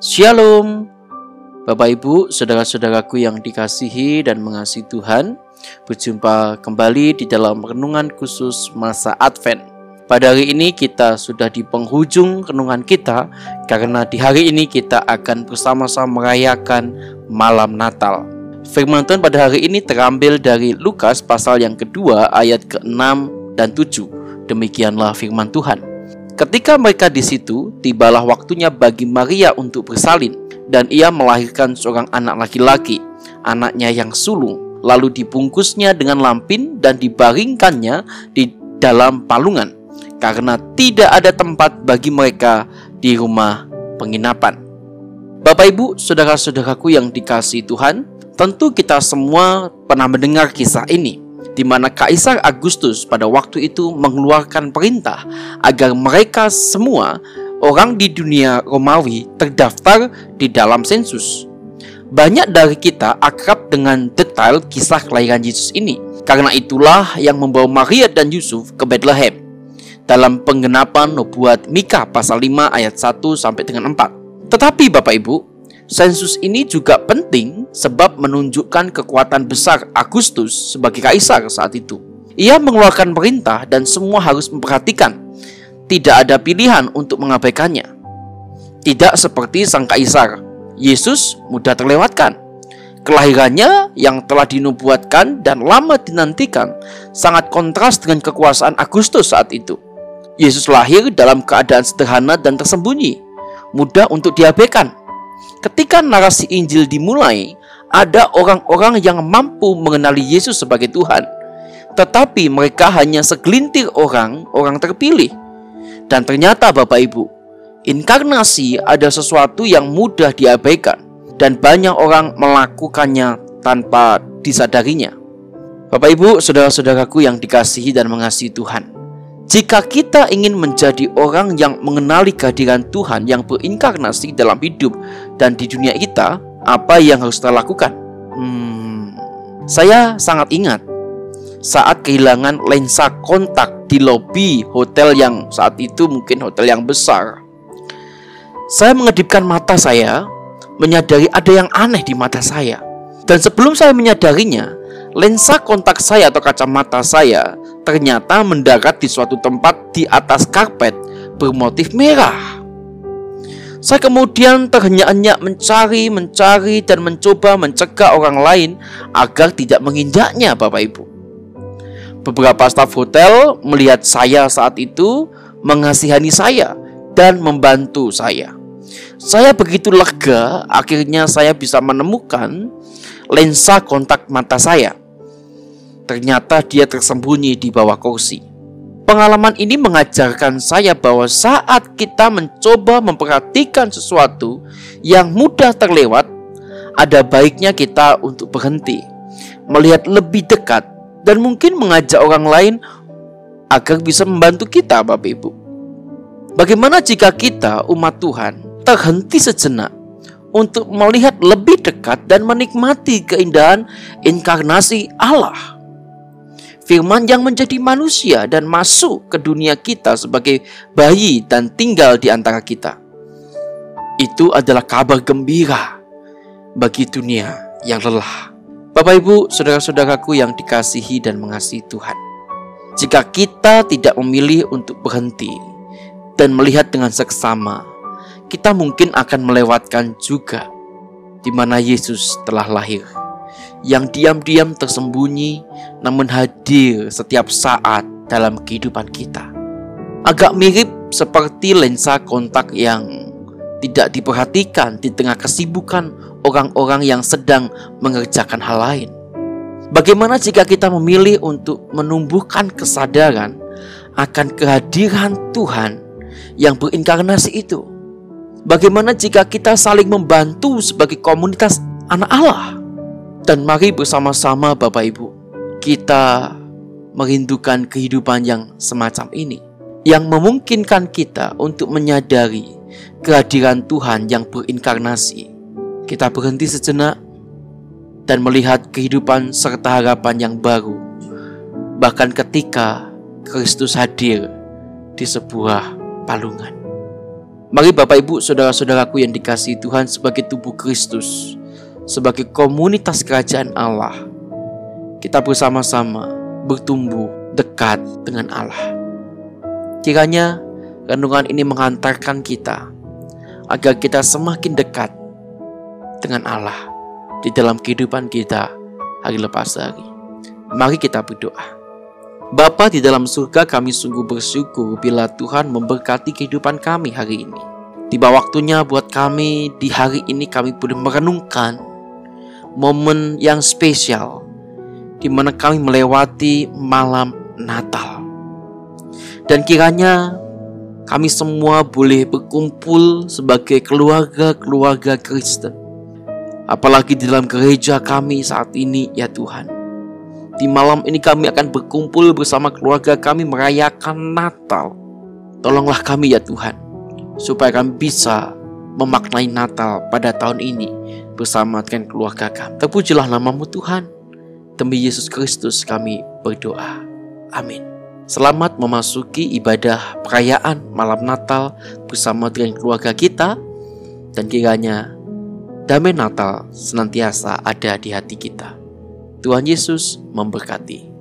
Shalom, Bapak Ibu, saudara-saudaraku yang dikasihi dan mengasihi Tuhan. Berjumpa kembali di dalam renungan khusus masa Advent. Pada hari ini kita sudah di penghujung renungan kita, karena di hari ini kita akan bersama-sama merayakan malam Natal. Firman Tuhan pada hari ini terambil dari Lukas pasal yang kedua ayat ke-6 dan 7. Demikianlah firman Tuhan. Ketika mereka di situ, tibalah waktunya bagi Maria untuk bersalin, dan ia melahirkan seorang anak laki-laki, anaknya yang sulung. Lalu dibungkusnya dengan lampin dan dibaringkannya di dalam palungan, karena tidak ada tempat bagi mereka di rumah penginapan. Bapak Ibu, saudara-saudaraku yang dikasihi Tuhan, tentu kita semua pernah mendengar kisah ini, di mana Kaisar Agustus pada waktu itu mengeluarkan perintah agar mereka semua orang di dunia Romawi terdaftar di dalam sensus. Banyak dari kita akrab dengan detail kisah kelahiran Yesus ini. Karena itulah yang membawa Maria dan Yusuf ke Bethlehem dalam penggenapan nubuat Mika pasal 5 ayat 1 sampai dengan 4. Tetapi Bapak Ibu, sensus ini juga penting sebab menunjukkan kekuatan besar Agustus sebagai kaisar saat itu. Ia mengeluarkan perintah dan semua harus memperhatikan. Tidak ada pilihan untuk mengabaikannya. Tidak seperti sang kaisar, Yesus mudah terlewatkan. Kelahirannya yang telah dinubuatkan dan lama dinantikan sangat kontras dengan kekuasaan Agustus saat itu. Yesus lahir dalam keadaan sederhana dan tersembunyi, mudah untuk diabaikan. Ketika narasi Injil dimulai, ada orang-orang yang mampu mengenali Yesus sebagai Tuhan. Tetapi mereka hanya segelintir orang terpilih. Dan ternyata Bapak Ibu, inkarnasi ada sesuatu yang mudah diabaikan, dan banyak orang melakukannya tanpa disadarinya. Bapak Ibu, saudara-saudaraku yang dikasihi dan mengasihi Tuhan, jika kita ingin menjadi orang yang mengenali kehadiran Tuhan yang berinkarnasi dalam hidup dan di dunia kita, apa yang harus kita lakukan? Saya sangat ingat saat kehilangan lensa kontak di lobi hotel yang saat itu mungkin hotel yang besar. Saya mengedipkan mata saya, menyadari ada yang aneh di mata saya. Dan sebelum saya menyadarinya, lensa kontak saya atau kacamata saya ternyata mendarat di suatu tempat di atas karpet bermotif merah. Saya kemudian terhenyak-henyak mencari dan mencoba mencegah orang lain agar tidak menginjaknya, Bapak Ibu. Beberapa staf hotel melihat saya saat itu, mengasihani saya dan membantu saya. Saya begitu lega, akhirnya saya bisa menemukan lensa kontak mata saya. Ternyata dia tersembunyi di bawah kursi. Pengalaman ini mengajarkan saya bahwa saat kita mencoba memperhatikan sesuatu yang mudah terlewat, ada baiknya kita untuk berhenti, melihat lebih dekat, dan mungkin mengajak orang lain agar bisa membantu kita, Bapak Ibu. Bagaimana jika kita, umat Tuhan, terhenti sejenak untuk melihat lebih dekat dan menikmati keindahan inkarnasi Allah? Firman yang menjadi manusia dan masuk ke dunia kita sebagai bayi dan tinggal di antara kita. Itu adalah kabar gembira bagi dunia yang lelah. Bapak Ibu, saudara-saudaraku yang dikasihi dan mengasihi Tuhan, jika kita tidak memilih untuk berhenti dan melihat dengan seksama, kita mungkin akan melewatkan juga di mana Yesus telah lahir, yang diam-diam tersembunyi namun hadir setiap saat dalam kehidupan kita. Agak mirip seperti lensa kontak yang tidak diperhatikan di tengah kesibukan orang-orang yang sedang mengerjakan hal lain. Bagaimana jika kita memilih untuk menumbuhkan kesadaran akan kehadiran Tuhan yang berinkarnasi itu? Bagaimana jika kita saling membantu sebagai komunitas anak Allah? Dan mari bersama-sama Bapak Ibu, kita merindukan kehidupan yang semacam ini, yang memungkinkan kita untuk menyadari kehadiran Tuhan yang berinkarnasi. Kita berhenti sejenak dan melihat kehidupan serta harapan yang baru, bahkan ketika Kristus hadir di sebuah palungan. Mari Bapak Ibu, saudara-saudaraku yang dikasihi Tuhan, sebagai tubuh Kristus, sebagai komunitas kerajaan Allah, kita bersama-sama bertumbuh dekat dengan Allah. Kiranya renungan ini menghantarkan kita agar kita semakin dekat dengan Allah di dalam kehidupan kita hari lepas hari. Mari kita berdoa. Bapa di dalam surga, kami sungguh bersyukur bila Tuhan memberkati kehidupan kami hari ini. Tiba waktunya buat kami di hari ini kami boleh merenungkan momen yang spesial di mana kami melewati malam Natal. Dan kiranya kami semua boleh berkumpul sebagai keluarga-keluarga Kristen. Apalagi di dalam gereja kami saat ini, ya Tuhan. Di malam ini kami akan berkumpul bersama keluarga kami merayakan Natal. Tolonglah kami ya Tuhan, supaya kami bisa memaknai Natal pada tahun ini bersama dengan keluarga kami. Terpujilah nama-Mu Tuhan. Demi Yesus Kristus kami berdoa. Amin. Selamat memasuki ibadah perayaan malam Natal bersama dengan keluarga kita. Dan kiranya damai Natal senantiasa ada di hati kita. Tuhan Yesus memberkati.